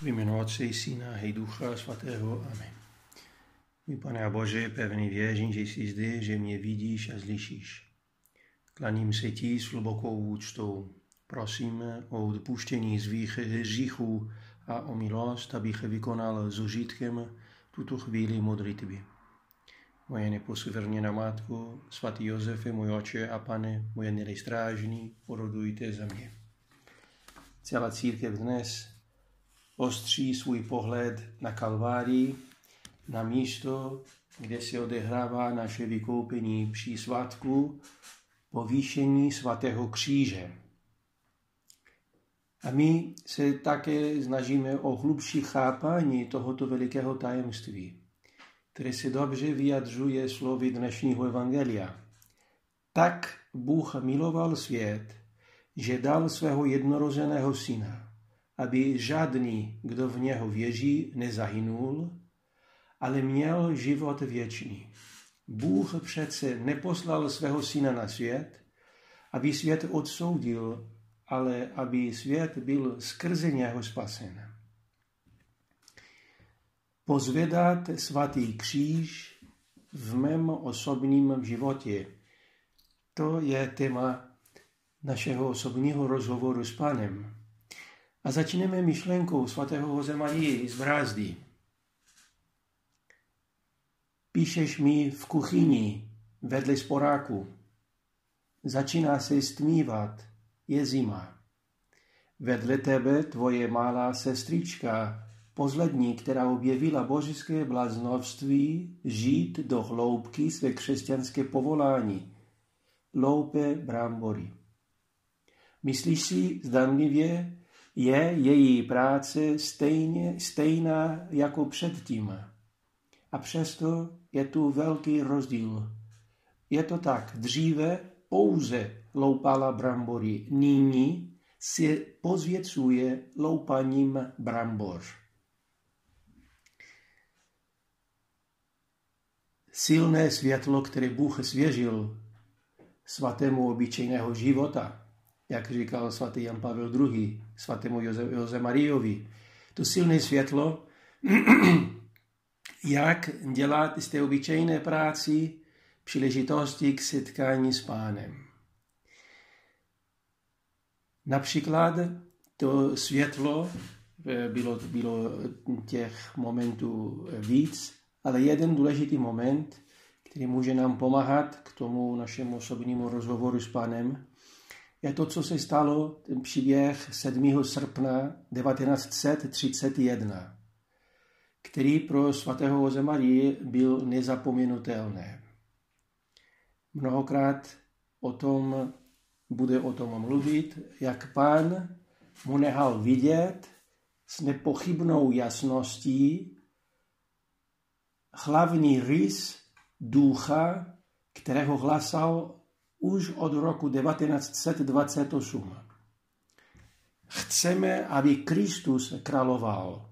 V jménu Otce i Syna i Ducha Svatého. Amen. Můj Pane a Bože, pevný věřím, že jsi zde, že mě vidíš a slyšíš. Klaním se ti s hlubokou úctou. Prosím o odpuštění svých hříchů a o milost, abych vykonal s užitkem tuto chvíli modlitby. Moje neposkvrněná Matko, svatý Josefe, můj Otče a Pane, moje milý strážný, orodujte za mě. Celá církev dnes ostří svůj pohled na Kalvárii, na místo, kde se odehrává naše vykoupení při svátku povýšení svatého kříže. A my se také snažíme o hlubší chápání tohoto velikého tajemství, které se dobře vyjadřuje slovy dnešního evangelia. Tak Bůh miloval svět, že dal svého jednorozeného syna, aby žádný, kdo v něho věří, nezahynul, ale měl život věčný. Bůh přece neposlal svého syna na svět, aby svět odsoudil, ale aby svět byl skrze něho spasen. Pozvedat svatý kříž v mém osobním životě. To je téma našeho osobního rozhovoru s Pánem. A začneme myšlenkou svatého Josemarie z Brázdy. Píšeš mi v kuchyni vedle sporáku. Začíná se stmívat, je zima. Vedle tebe tvoje malá sestřička, poslední, která objevila božské bláznovství, žít do hloubky své křesťanské povolání. Loupe brambory. Myslíš si zdánlivě, je její práce stejná jako předtím. A přesto je tu velký rozdíl. Je to tak, dříve pouze loupala brambory, nyní se posvěcuje loupaním brambor. Silné světlo, které Bůh svěřil svatému obyčejného života, jak říkal svatý Jan Pavel II. Svatému Josemariovi. To silné světlo, jak dělat z té obyčejné práci příležitosti k setkání s Pánem. Například to světlo, bylo těch momentů víc, ale jeden důležitý moment, který může nám pomáhat k tomu našemu osobnímu rozhovoru s Pánem, je to, co se stalo, ten příběh 7. srpna 1931, který pro svatého Josemarie byl nezapomenutelný. Mnohokrát bude o tom mluvit, jak Pán mu nechal vidět s nepochybnou jasností hlavní rys ducha, kterého hlásal už od roku 1928. Chceme, aby Kristus královal.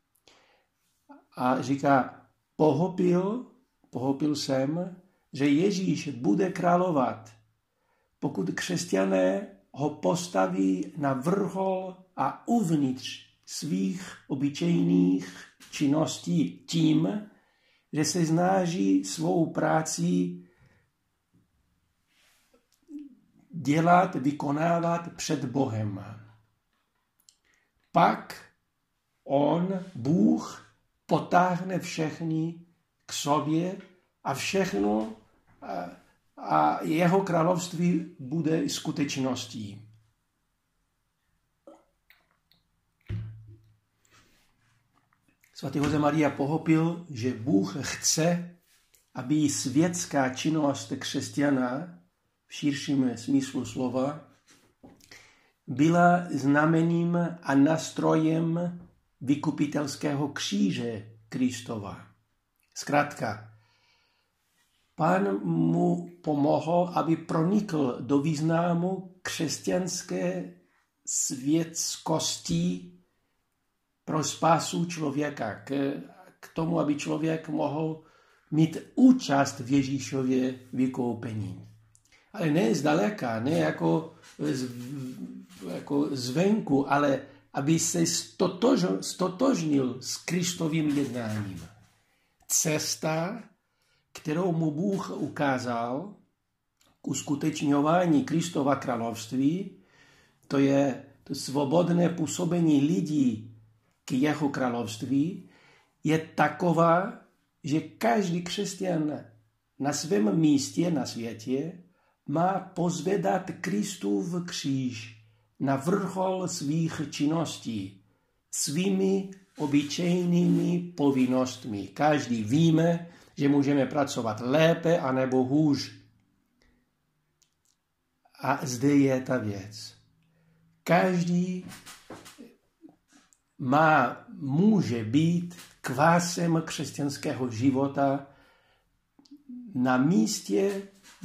A říká, pochopil jsem, že Ježíš bude královat, pokud křesťané ho postaví na vrchol a uvnitř svých obyčejných činností tím, že se snaží svou práci dělat, vykonávat před Bohem. Pak Bůh potáhne všechny k sobě a všechno a jeho království bude skutečností. Svatý Josemaria pochopil, že Bůh chce, aby světská činnost křesťana v širším smyslu slova byla znamením a nástrojem vykupitelského kříže Kristova. Zkrátka, Pán mu pomohl, aby pronikl do významu křesťanské světskosti pro spásu člověka, k tomu, aby člověk mohl mít účast v Ježíšově vykoupení. Ale ne zdaleka, ne jako zvenku, ale aby se stotožnil s Kristovým jednáním. Cesta, kterou mu Bůh ukázal k uskutečňování Kristova království, to je to svobodné působení lidí k jeho království, je taková, že každý křesťan na svém místě na světě má pozvedat Kristův kříž na vrchol svých činností, svými obyčejnými povinnostmi. Každý víme, že můžeme pracovat lépe anebo hůř. A zde je ta věc. Každý může být kvásem křesťanského života na místě,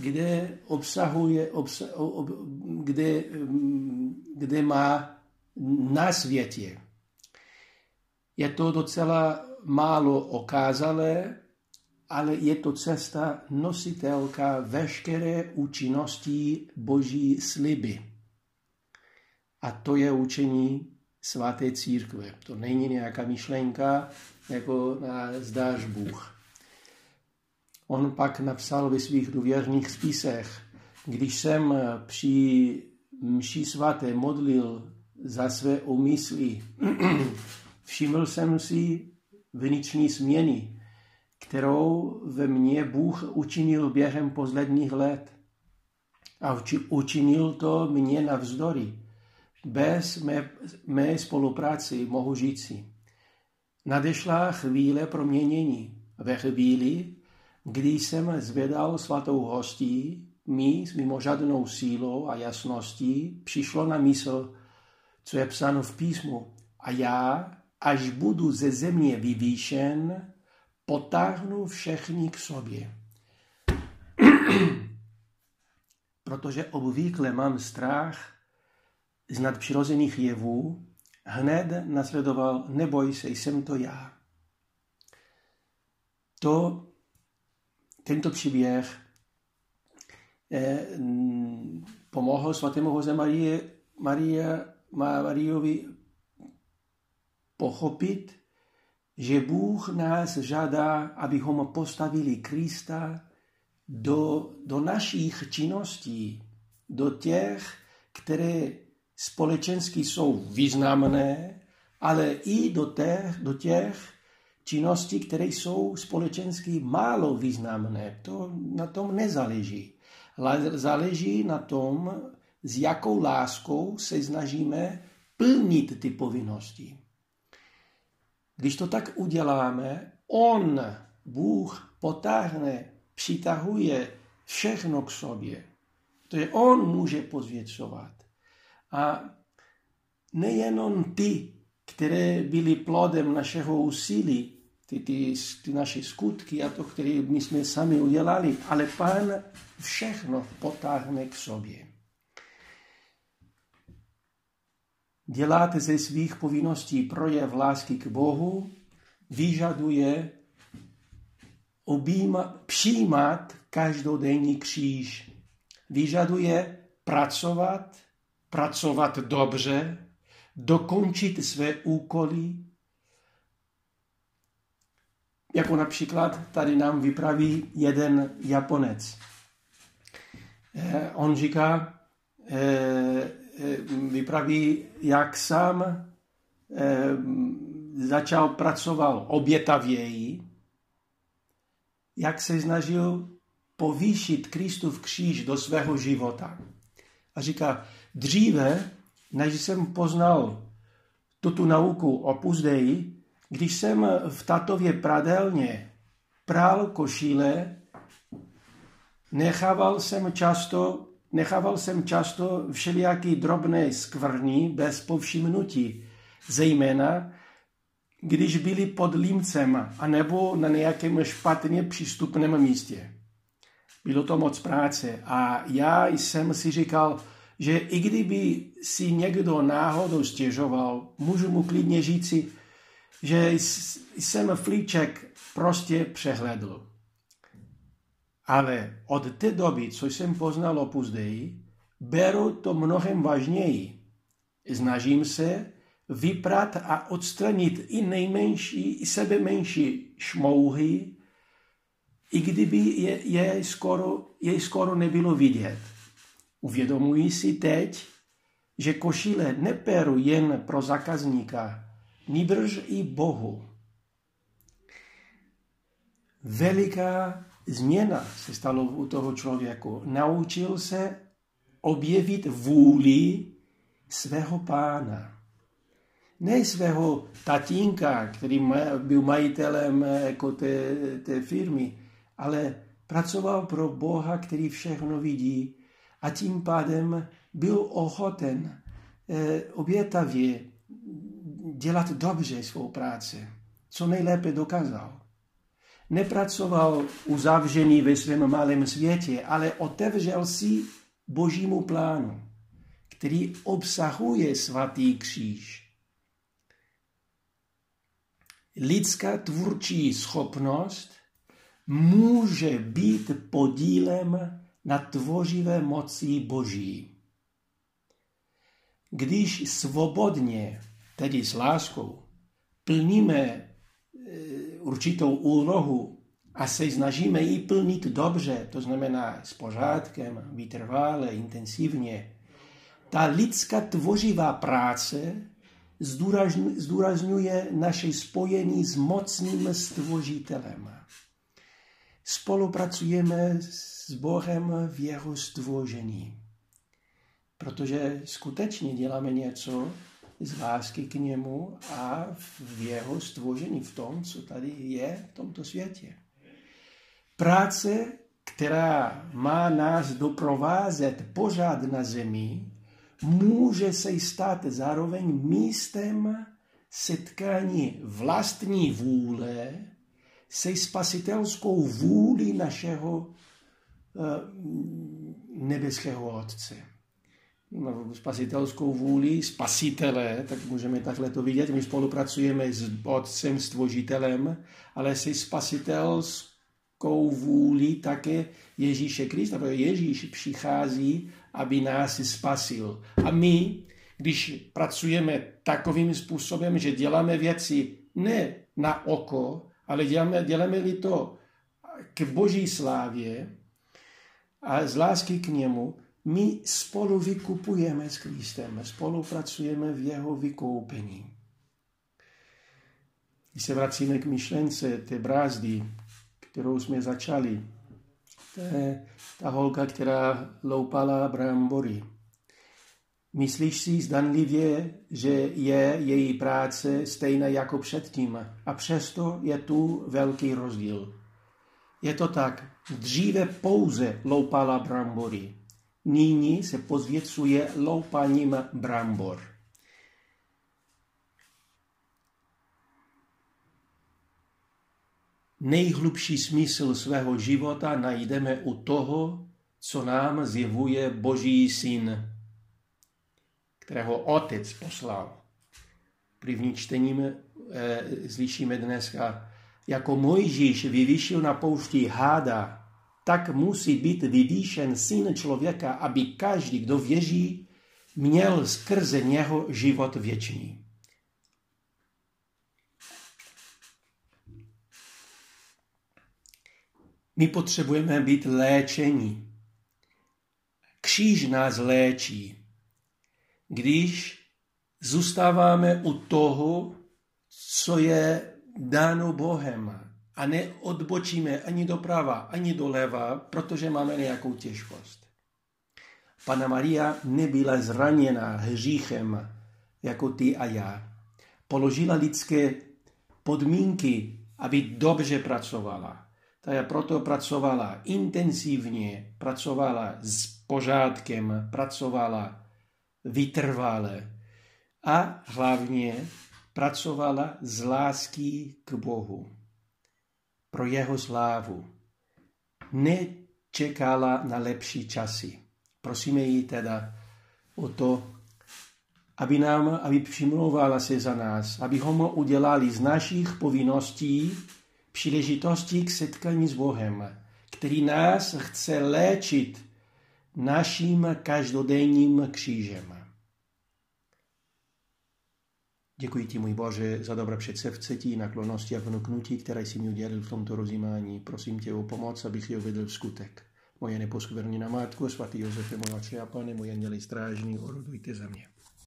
kde má na světě. Je to docela málo okázalé, ale je to cesta nositelka veškeré účinnosti Boží sliby. A to je učení svaté církve. To není nějaká myšlenka, jako zdáš Bůh. On pak napsal ve svých důvěrných spisech, když jsem při mši svaté modlil za své úmysly, všiml jsem si vnitřní změny, kterou ve mně Bůh učinil během posledních let. A učinil to mě navzdory. Bez mé spolupráci mohu říci. Nadešla chvíle proměnění. Ve chvíli, kdy jsem zvedal svatou hostí, s mimořádnou sílou a jasností přišlo na mysl, co je psáno v písmu. A já, až budu ze země vyvýšen, potáhnu všechny k sobě. Protože obvykle mám strach z nadpřirozených jevů, hned nasledoval neboj se, jsem to já. Tento příběh pomohl svatému Jose Mariovi pochopit, že Bůh nás žádá, abychom postavili Krista do našich činností, do těch, které společensky jsou významné, ale i do těch činností, které jsou společensky málo významné. To na tom nezáleží. Záleží na tom, s jakou láskou se snažíme plnit ty povinnosti. Když to tak uděláme, Bůh potáhne, přitahuje všechno k sobě. To je on může pozvětšovat. A nejenom ty, které byly plodem našeho úsilí, ty naše skutky a to, které my jsme sami udělali, ale Pán všechno potáhne k sobě. Dělat ze svých povinností projev lásky k Bohu vyžaduje přijímat každodenní kříž. Vyžaduje pracovat dobře, dokončit své úkoly. Jako například tady nám vypraví jeden Japonec. On říká, vypraví, jak sám začal pracovat obětavěji, jak se snažil povýšit Kristův kříž do svého života. A říká, dříve, než jsem poznal tuto nauku Opus Dei, když jsem v tatově pradelně prál košile, nechával jsem často všelijaký drobné skvrny bez povšimnutí, zejména když byli pod límcem anebo na nějakém špatně přístupném místě. Bylo to moc práce a já jsem si říkal, že i kdyby si někdo náhodou stěžoval, můžu mu klidně říci, že jsem flíček prostě přehledl. Ale od té doby, co jsem poznal Opus Dei, beru to mnohem vážněji. Snažím se vyprat a odstranit i nejmenší, i sebe menší šmouhy, i kdyby je skoro nebylo vidět. Uvědomuji si teď, že košile neperu jen pro zákazníka, nýbrž i Bohu. Veliká změna se stalo u toho člověku. Naučil se objevit vůli svého pána. Ne svého tatínka, který byl majitelem jako té firmy, ale pracoval pro Boha, který všechno vidí a tím pádem byl ochoten obětavě dělat dobře svou práci, co nejlépe dokázal. Nepracoval uzavřený ve svém malém světě, ale otevřel si Božímu plánu, který obsahuje svatý kříž. Lidská tvůrčí schopnost může být podílem na tvořivé moci Boží. Když svobodně, tedy s láskou, plníme určitou úlohu a se snažíme ji plnit dobře, to znamená s pořádkem, vytrvale, intenzivně, ta lidská tvořivá práce zdůrazňuje naše spojení s mocným stvořitelem. Spolupracujeme s Bohem v jeho stvoření, protože skutečně děláme něco z lásky k němu a v jeho stvoření, v tom, co tady je v tomto světě. Práce, která má nás doprovázet pořád na zemi, může se stát zároveň místem setkání vlastní vůle se spasitelskou vůli našeho nebeského Otce. Spasitelskou vůli spasitele, tak můžeme takhle to vidět. My spolupracujeme s Otcem, stvořitelem, ale se spasitelskou vůli také Ježíše Krista, protože Ježíš přichází, aby nás spasil. A my, když pracujeme takovým způsobem, že děláme věci ne na oko, ale děláme-li to k Boží slávě a z lásky k němu, my spolu vykupujeme s Kristem, spolupracujeme v jeho vykoupení. Když se vracíme k myšlence té brázdy, kterou jsme začali, to je ta holka, která loupala brambory. Myslíš si zdanlivě, že je její práce stejná jako předtím a přesto je tu velký rozdíl. Je to tak, dříve pouze loupala brambory. Nyní se posvěcuje loupaním brambor. Nejhlubší smysl svého života najdeme u toho, co nám zjevuje Boží syn, kterého Otec poslal. První čtením slyšíme dneska, jako Mojžíš vyvýšil na poušti háda, tak musí být vyvýšen syn člověka, aby každý, kdo věří, měl skrze něho život věčný. My potřebujeme být léčeni. Kříž nás léčí. Když zůstáváme u toho, co je dáno Bohem, a neodbočíme ani doprava, ani doleva, protože máme nějakou těžkost. Panna Maria nebyla zraněna hříchem jako ty a já. Položila lidské podmínky, aby dobře pracovala. Ta proto pracovala intenzivně, pracovala s pořádkem, pracovala vytrvale a hlavně pracovala z lásky k Bohu. Pro jeho slávu. Nečekala na lepší časy. Prosíme ji teda o to, aby přimlouvala se za nás, abychom udělali z našich povinností příležitosti k setkání s Bohem, který nás chce léčit naším každodenním křížem. Děkuji ti, můj Bože, za dobré předsevzetí, naklonosti a vnuknutí, které jsi mi udělil v tomto rozjímání. Prosím tě o pomoc, abych je uvedl v skutek. Moje neposkvrněná Matko, svatý Josefe, můj Otče a Pane, můj anděli strážný, orodujte za mě.